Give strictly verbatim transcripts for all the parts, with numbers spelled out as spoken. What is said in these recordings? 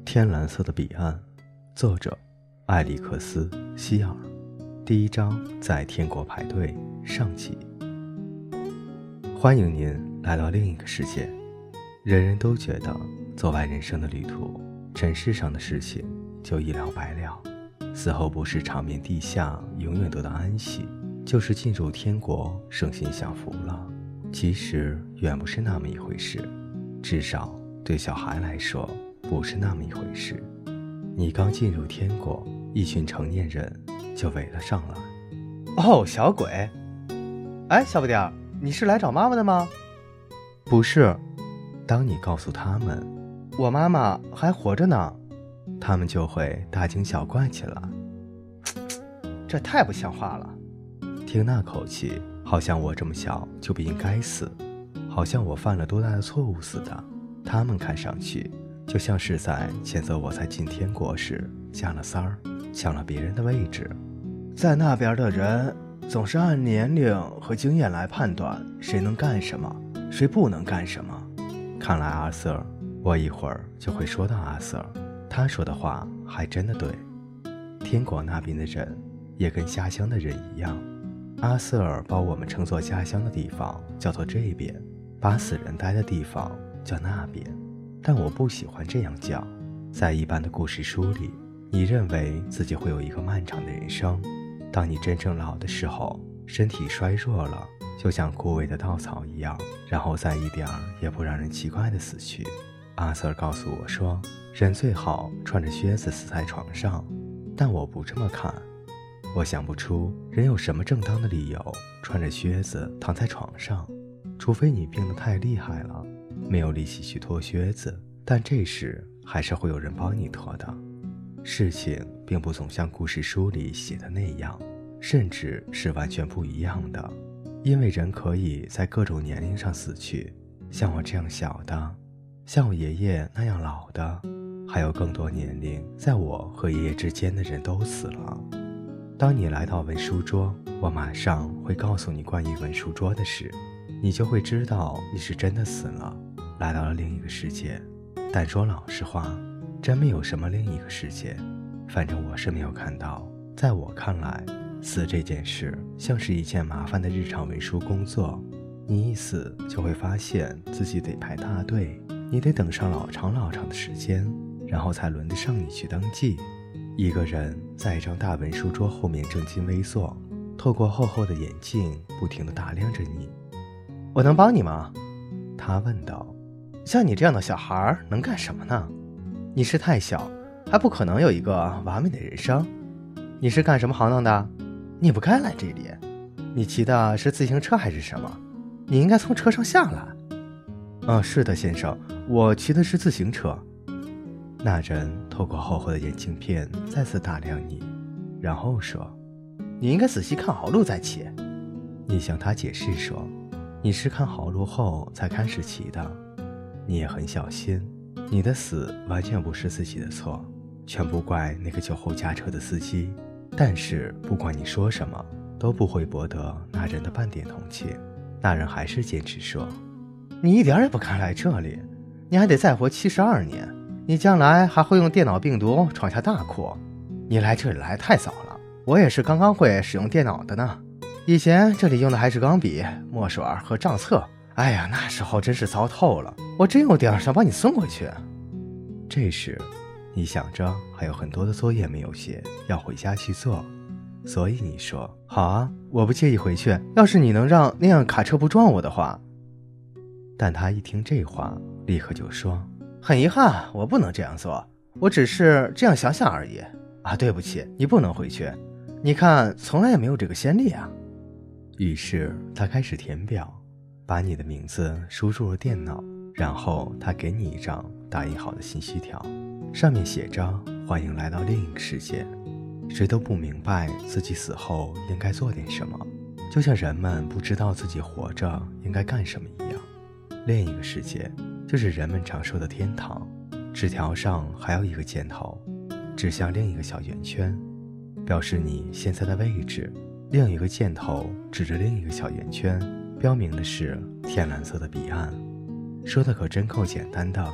天蓝色的彼岸，作者艾利克斯·希尔，第一章在天国排队上集。欢迎您来到另一个世界。人人都觉得走完人生的旅途，尘世上的事情就一了百了，死后不是长眠地下永远得到安息，就是进入天国圣心享福了。其实远不是那么一回事，至少对小孩来说不是那么一回事。你刚进入天国，一群成年人就围了上来。 哦，小鬼，哎，小不点儿，你是来找妈妈的吗？ 不是。当你告诉他们我妈妈还活着呢， 他们就会大惊小怪起来。 这太不像话了。 听那口气，好像我这么小就不应该死，好像我犯了多大的错误似的。他们看上去就像是在谴责我在进天国时加了塞儿，抢了别人的位置。 在那边的人总是按年龄和经验来判断谁能干什么，谁不能干什么。 看来阿 Sir， 我一会儿就会说到阿 Sir， 他说的话还真的对。天国那边的人也跟家乡的人一样，阿 Sir 把我们称作家乡的地方叫做这边，把死人待的地方叫那边。但我不喜欢这样叫。在一般的故事书里，你认为自己会有一个漫长的人生，当你真正老的时候，身体衰弱了，就像枯萎的稻草一样，然后再一点儿也不让人奇怪的死去。阿 Sir 告诉我说，人最好穿着靴子死在床上，但我不这么看。我想不出人有什么正当的理由穿着靴子躺在床上，除非你病得太厉害了，没有力气去脱靴子，但这时还是会有人帮你脱的。事情并不总像故事书里写的那样，甚至是完全不一样的。因为人可以在各种年龄上死去，像我这样小的，像我爷爷那样老的，还有更多年龄在我和爷爷之间的人都死了。当你来到文书桌，我马上会告诉你关于文书桌的事，你就会知道你是真的死了，来到了另一个世界。但说老实话，真没有什么另一个世界，反正我是没有看到。在我看来，死这件事像是一件麻烦的日常文书工作，你一死就会发现自己得排大队，你得等上老长老长的时间，然后才轮得上你去登记。一个人在一张大文书桌后面正襟危坐，透过厚厚的眼镜不停地打量着你。 我能帮你吗？ 他问道。 像你这样的小孩能干什么呢？你是太小，还不可能有一个完美的人生。你是干什么行当的？你不该来这里。你骑的是自行车还是什么？你应该从车上下来。 嗯，是的，先生，我骑的是自行车。那人透过厚厚的眼镜片再次打量你，然后说， 你应该仔细看好路再骑。 你向他解释说，你是看好路后才开始骑的。你也很小心，你的死完全不是自己的错，全部怪那个酒后驾车的司机。但是不管你说什么，都不会博得那人的半点同情。那人还是坚持说， 你一点也不该来这里，你还得再活七十二年，你将来还会用电脑病毒闯下大祸。你来这里来太早了，我也是刚刚会使用电脑的呢。以前这里用的还是钢笔、墨水和账册，哎呀，那时候真是糟透了，我真有点想把你送回去。 这时你想着还有很多的作业没有写，要回家去做，所以你说， 好啊，我不介意回去，要是你能让那样卡车不撞我的话。 但他一听这话，立刻就说， 很遗憾，我不能这样做，我只是这样想想而已啊，对不起，你不能回去，你看从来也没有这个先例啊。 于是他开始填表，把你的名字输入了电脑，然后他给你一张打印好的信息条，上面写着欢迎来到另一个世界。谁都不明白自己死后应该做点什么，就像人们不知道自己活着应该干什么一样。另一个世界就是人们常说的天堂，纸条上还有一个箭头指向另一个小圆圈，表示你现在的位置。另一个箭头指着另一个小圆圈，标明的是天蓝色的彼岸。说的可真够简单的，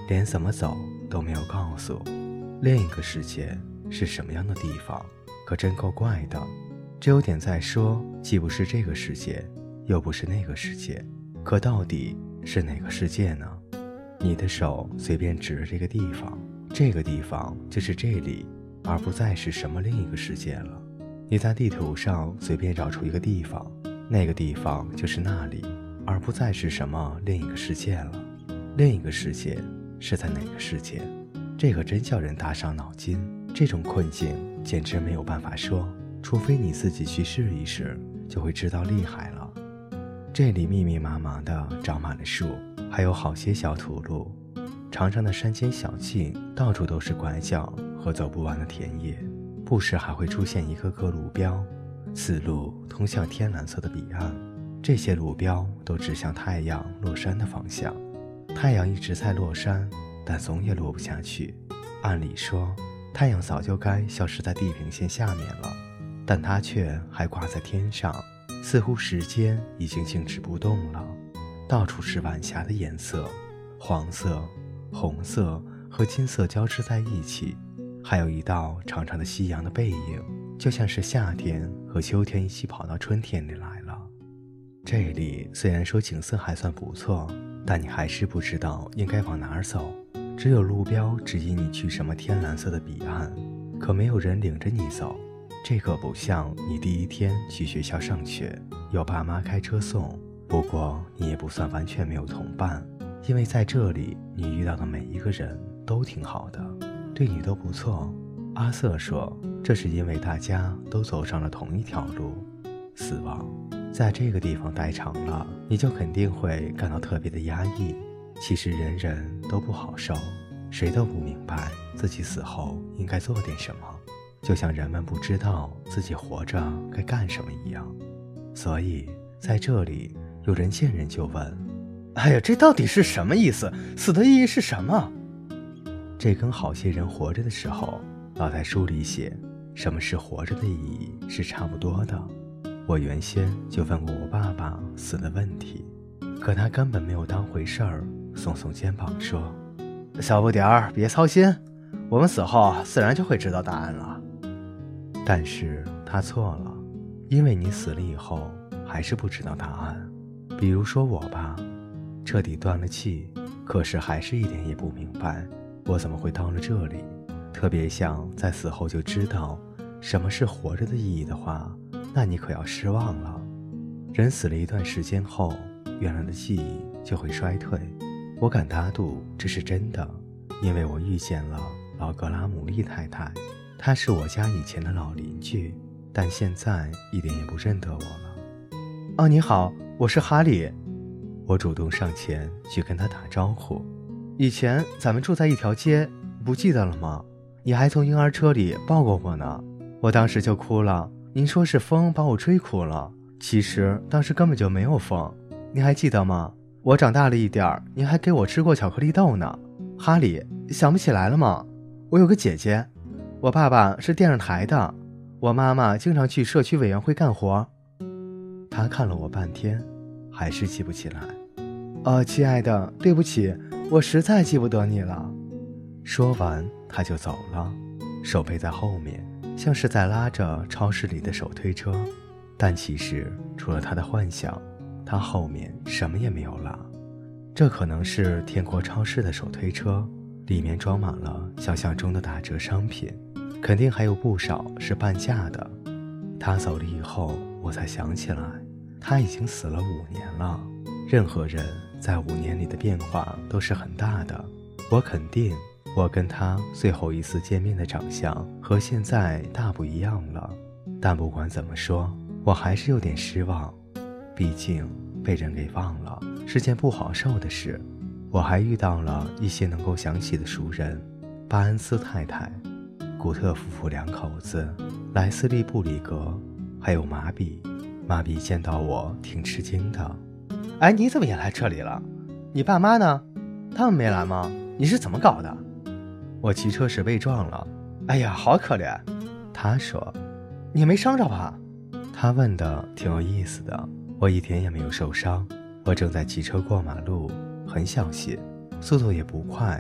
连怎么走都没有告诉。另一个世界是什么样的地方，可真够怪的。只有点在说，既不是这个世界，又不是那个世界，可到底是哪个世界呢？你的手随便指着这个地方，这个地方就是这里，而不再是什么另一个世界了。你在地图上随便找出一个地方，那个地方就是那里，而不再是什么另一个世界了。另一个世界是在哪个世界？这可真叫人大伤脑筋。这种困境简直没有办法说，除非你自己去试一试，就会知道厉害了。这里密密麻麻的长满了树，还有好些小土路，长长的山间小径，到处都是拐角和走不完的田野，不时还会出现一个个路标，此路通向天蓝色的彼岸。这些路标都指向太阳落山的方向。太阳一直在落山，但总也落不下去。按理说，太阳早就该消失在地平线下面了，但它却还挂在天上，似乎时间已经静止不动了。到处是晚霞的颜色，黄色、红色和金色交织在一起，还有一道长长的夕阳的背影，就像是夏天和秋天一起跑到春天里来了。这里虽然说景色还算不错，但你还是不知道应该往哪儿走，只有路标指引你去什么天蓝色的彼岸，可没有人领着你走。这可不像你第一天去学校上学，有爸妈开车送，不过你也不算完全没有同伴，因为在这里你遇到的每一个人都挺好的，对你都不错。阿瑟说，这是因为大家都走上了同一条路，死亡。在这个地方待长了，你就肯定会感到特别的压抑。其实人人都不好受，谁都不明白自己死后应该做点什么，就像人们不知道自己活着该干什么一样。所以在这里，有人见人就问， 哎呀，这到底是什么意思？死的意义是什么？ 这跟好些人活着的时候老在书里写什么是活着的意义是差不多的。我原先就问过我爸爸死的问题，可他根本没有当回事儿，耸耸肩膀说， 小不点儿别操心，我们死后自然就会知道答案了。 但是他错了，因为你死了以后还是不知道答案。比如说我吧，彻底断了气，可是还是一点也不明白我怎么会到了这里。特别像在死后就知道什么是活着的意义的话，那你可要失望了。人死了一段时间后，原来的记忆就会衰退。我敢打赌这是真的，因为我遇见了老格拉姆利太太，她是我家以前的老邻居，但现在一点也不认得我了。 哦，你好，我是哈利。 我主动上前去跟她打招呼。 以前咱们住在一条街，不记得了吗？你还从婴儿车里抱过我呢，我当时就哭了。您说是风把我吹哭了，其实当时根本就没有风，你还记得吗？我长大了一点，您还给我吃过巧克力豆呢。哈利，想不起来了吗？我有个姐姐，我爸爸是电视台的，我妈妈经常去社区委员会干活。 他看了我半天，还是记不起来。 哦，亲爱的，对不起，我实在记不得你了。 说完他就走了，手背在后面，像是在拉着超市里的手推车，但其实除了他的幻想，他后面什么也没有拉。这可能是天国超市的手推车，里面装满了想象中的打折商品，肯定还有不少是半价的。他走了以后，我才想起来，他已经死了五年了。任何人在五年里的变化都是很大的，我肯定我跟他最后一次见面的长相和现在大不一样了。但不管怎么说，我还是有点失望，毕竟被人给忘了是件不好受的事。我还遇到了一些能够想起的熟人，巴恩斯太太、古特夫妇两口子、莱斯利布里格，还有马比。马比见到我挺吃惊的。 哎，你怎么也来这里了？你爸妈呢？他们没来吗？你是怎么搞的？ 我骑车时被撞了。 哎呀，好可怜。 他说。 你没伤着吧？ 他问的挺有意思的。我一点也没有受伤，我正在骑车过马路，很小心，速度也不快，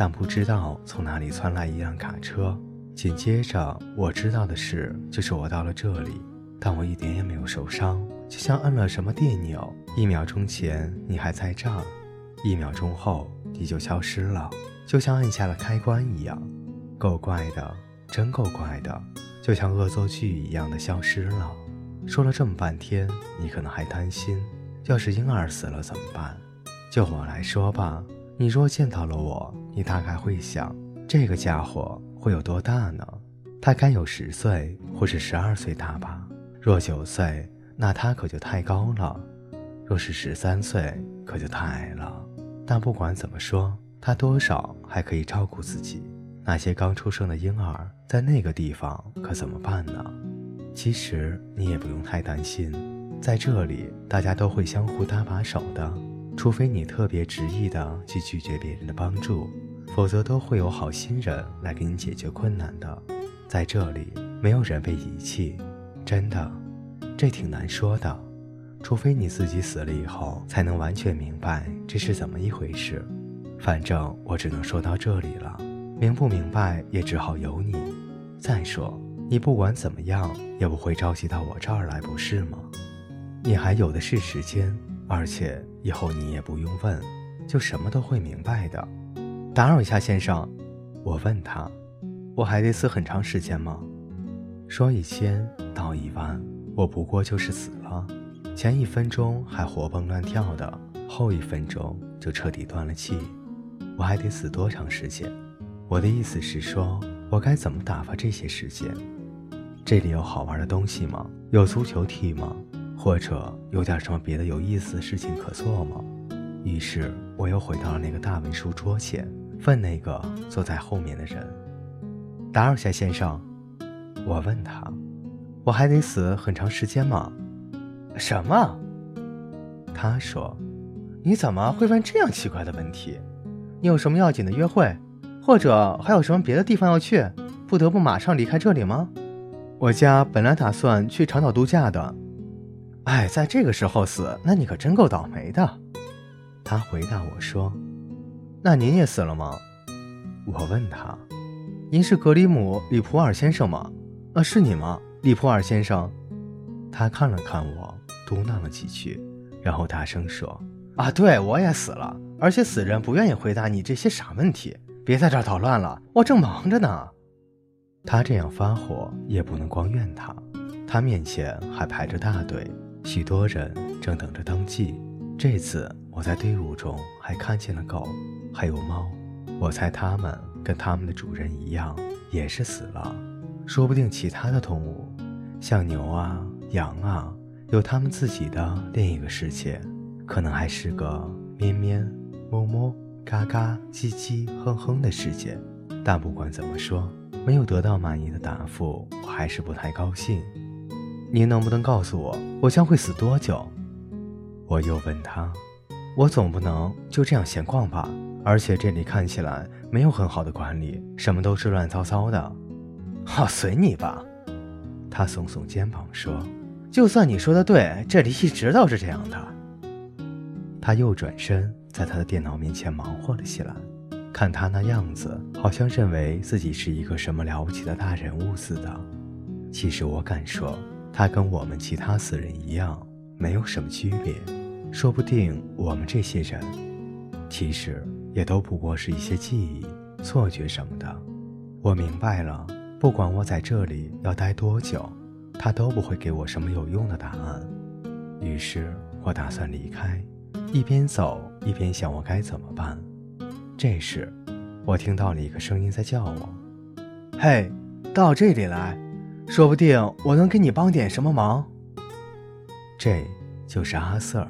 但不知道从哪里窜来一辆卡车。紧接着我知道的事就是我到了这里，但我一点也没有受伤，就像按了什么电钮，一秒钟前你还在这儿，一秒钟后你就消失了，就像按下了开关一样。够怪的，真够怪的，就像恶作剧一样的消失了。说了这么半天，你可能还担心，要是婴儿死了怎么办？就我来说吧，你若见到了我，你大概会想，这个家伙会有多大呢？他该有十岁或是十二岁大吧。若九岁，那他可就太高了；若是十三岁，可就太矮了。但不管怎么说，他多少还可以照顾自己。那些刚出生的婴儿在那个地方可怎么办呢？其实你也不用太担心，在这里大家都会相互搭把手的，除非你特别执意的去拒绝别人的帮助，否则都会有好心人来给你解决困难的。在这里没有人被遗弃，真的，这挺难说的，除非你自己死了以后才能完全明白这是怎么一回事。反正我只能说到这里了，明不明白也只好由你。再说你不管怎么样也不会着急到我这儿来，不是吗？你还有的是时间，而且以后你也不用问，就什么都会明白的。打扰一下先生，我问他，我还得死很长时间吗？说一千道一万，我不过就是死了，前一分钟还活蹦乱跳的，后一分钟就彻底断了气。我还得死多长时间？我的意思是说，我该怎么打发这些时间？这里有好玩的东西吗？有足球踢吗？或者有点什么别的有意思的事情可做吗？于是我又回到了那个大文书桌前，问那个坐在后面的人，打扰下先生，我问他，我还得死很长时间吗？ 什么？ 他说， 你怎么会问这样奇怪的问题？你有什么要紧的约会，或者还有什么别的地方要去，不得不马上离开这里吗？我家本来打算去长岛度假的。哎，在这个时候死，那你可真够倒霉的。 他回答我说， 那您也死了吗？ 我问他， 您是格里姆·里普尔先生吗？啊，是你吗，里普尔先生？ 他看了看我，嘟囔了几句，然后大声说， 啊，对，我也死了，而且死人不愿意回答你这些傻问题，别在这儿捣乱了，我正忙着呢。 他这样发火也不能光怨他，他面前还排着大队，许多人正等着登记。这次我在队伍中还看见了狗，还有猫，我猜他们跟他们的主人一样，也是死了。说不定其他的动物，像牛啊、羊啊，有他们自己的另一个世界，可能还是个咩咩、摸摸、嘎嘎、叽叽、哼哼的世界。但不管怎么说，没有得到满意的答复，我还是不太高兴。 您能不能告诉我，我将会死多久？ 我又问他， 我总不能就这样闲逛吧？而且这里看起来没有很好的管理，什么都是乱糟糟的。好，随你吧。 他耸耸肩膀说， 就算你说的对，这里一直都是这样的。 他又转身在他的电脑面前忙活了起来，看他那样子，好像认为自己是一个什么了不起的大人物似的。其实我敢说，他跟我们其他死人一样，没有什么区别。说不定我们这些人，其实也都不过是一些记忆、错觉什么的。我明白了，不管我在这里要待多久，他都不会给我什么有用的答案。于是我打算离开，一边走一边想我该怎么办。这时我听到了一个声音在叫我， 嘿，到这里来，说不定我能给你帮点什么忙。 这就是阿瑟尔。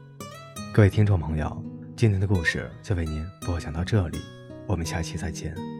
各位听众朋友，今天的故事就为您播讲到这里，我们下期再见。